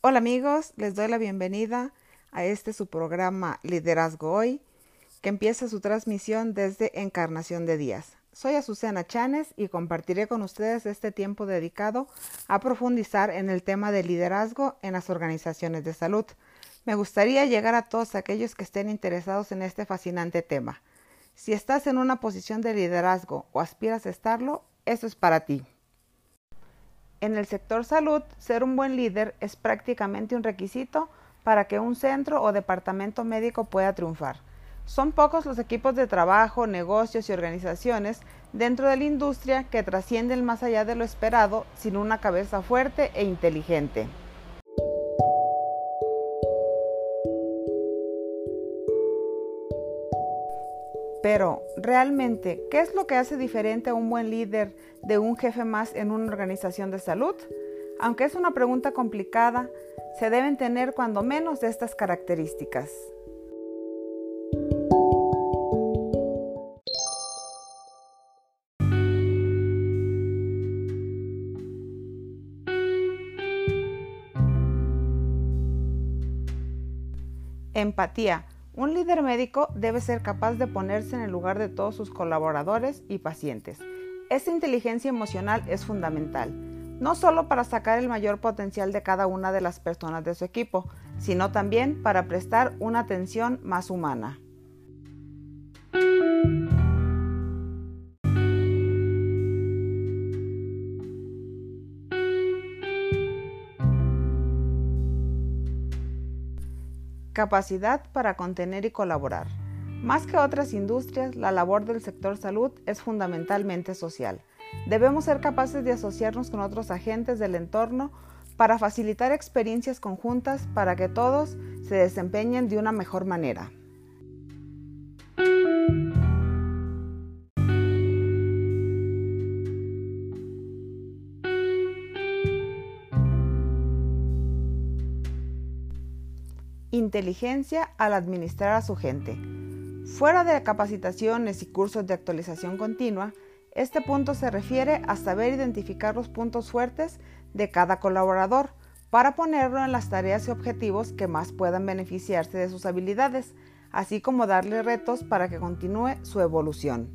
Hola amigos, les doy la bienvenida a su programa Liderazgo Hoy, que empieza su transmisión desde Encarnación de Díaz. Soy Azucena Chanes y compartiré con ustedes este tiempo dedicado a profundizar en el tema de liderazgo en las organizaciones de salud. Me gustaría llegar a todos aquellos que estén interesados en este fascinante tema. Si estás en una posición de liderazgo o aspiras a estarlo, eso es para ti. En el sector salud, ser un buen líder es prácticamente un requisito para que un centro o departamento médico pueda triunfar. Son pocos los equipos de trabajo, negocios y organizaciones dentro de la industria que trascienden más allá de lo esperado sin una cabeza fuerte e inteligente. Pero, realmente, ¿qué es lo que hace diferente a un buen líder de un jefe más en una organización de salud? Aunque es una pregunta complicada, se deben tener cuando menos de estas características. Empatía. Un líder médico debe ser capaz de ponerse en el lugar de todos sus colaboradores y pacientes. Esta inteligencia emocional es fundamental, no solo para sacar el mayor potencial de cada una de las personas de su equipo, sino también para prestar una atención más humana. Capacidad para contener y colaborar. Más que otras industrias, la labor del sector salud es fundamentalmente social. Debemos ser capaces de asociarnos con otros agentes del entorno para facilitar experiencias conjuntas para que todos se desempeñen de una mejor manera. Inteligencia al administrar a su gente. Fuera de capacitaciones y cursos de actualización continua, este punto se refiere a saber identificar los puntos fuertes de cada colaborador para ponerlo en las tareas y objetivos que más puedan beneficiarse de sus habilidades, así como darle retos para que continúe su evolución.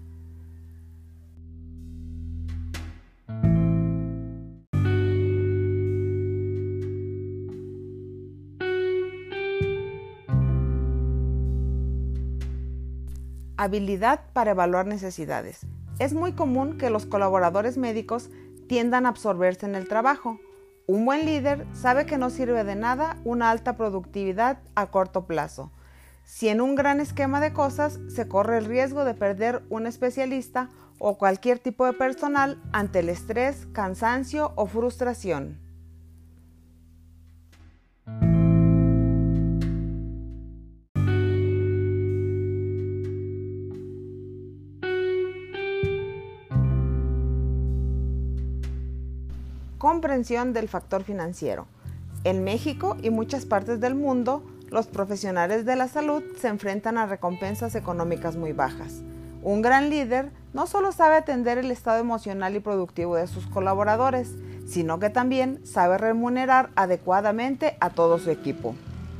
Habilidad para evaluar necesidades. Es muy común que los colaboradores médicos tiendan a absorberse en el trabajo. Un buen líder sabe que no sirve de nada una alta productividad a corto plazo, si en un gran esquema de cosas se corre el riesgo de perder un especialista o cualquier tipo de personal ante el estrés, cansancio o frustración. Comprensión del factor financiero. En México y muchas partes del mundo, los profesionales de la salud se enfrentan a recompensas económicas muy bajas. Un gran líder no solo sabe atender el estado emocional y productivo de sus colaboradores, sino que también sabe remunerar adecuadamente a todo su equipo.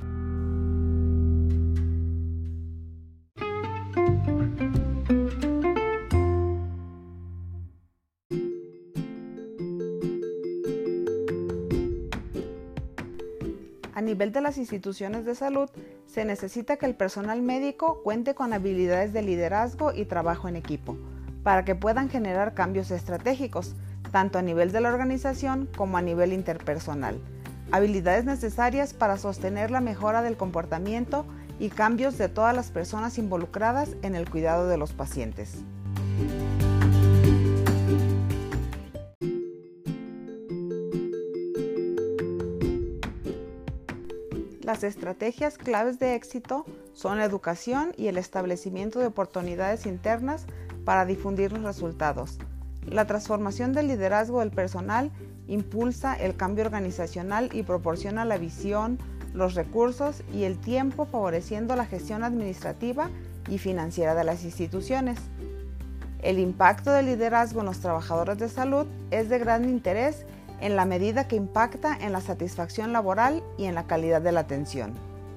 A nivel de las instituciones de salud, se necesita que el personal médico cuente con habilidades de liderazgo y trabajo en equipo, para que puedan generar cambios estratégicos, tanto a nivel de la organización como a nivel interpersonal. Habilidades necesarias para sostener la mejora del comportamiento y cambios de todas las personas involucradas en el cuidado de los pacientes. Las estrategias claves de éxito son la educación y el establecimiento de oportunidades internas para difundir los resultados. La transformación del liderazgo del personal impulsa el cambio organizacional y proporciona la visión, los recursos y el tiempo, favoreciendo la gestión administrativa y financiera de las instituciones. El impacto del liderazgo en los trabajadores de salud es de gran interés en la medida que impacta en la satisfacción laboral y en la calidad de la atención.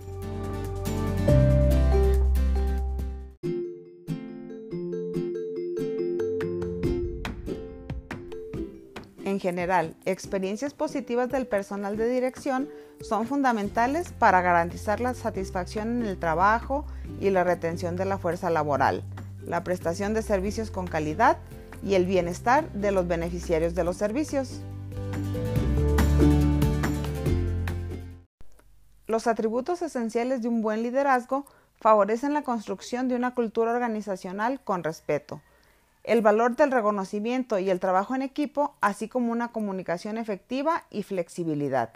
En general, experiencias positivas del personal de dirección son fundamentales para garantizar la satisfacción en el trabajo y la retención de la fuerza laboral, la prestación de servicios con calidad y el bienestar de los beneficiarios de los servicios. Los atributos esenciales de un buen liderazgo favorecen la construcción de una cultura organizacional con respeto, el valor del reconocimiento y el trabajo en equipo, así como una comunicación efectiva y flexibilidad.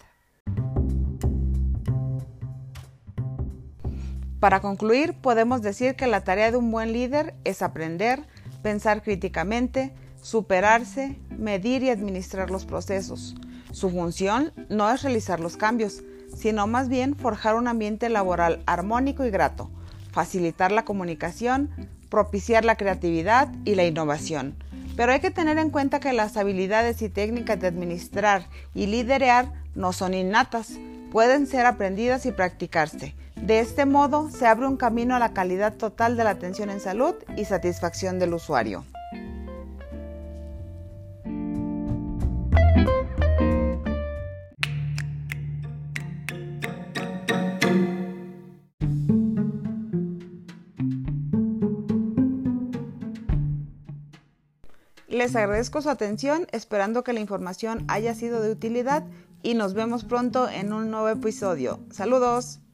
Para concluir, podemos decir que la tarea de un buen líder es aprender, pensar críticamente, superarse, medir y administrar los procesos. Su función no es realizar los cambios, sino más bien forjar un ambiente laboral armónico y grato, facilitar la comunicación, propiciar la creatividad y la innovación. Pero hay que tener en cuenta que las habilidades y técnicas de administrar y liderar no son innatas, pueden ser aprendidas y practicarse. De este modo, se abre un camino a la calidad total de la atención en salud y satisfacción del usuario. Les agradezco su atención, esperando que la información haya sido de utilidad y nos vemos pronto en un nuevo episodio. ¡Saludos!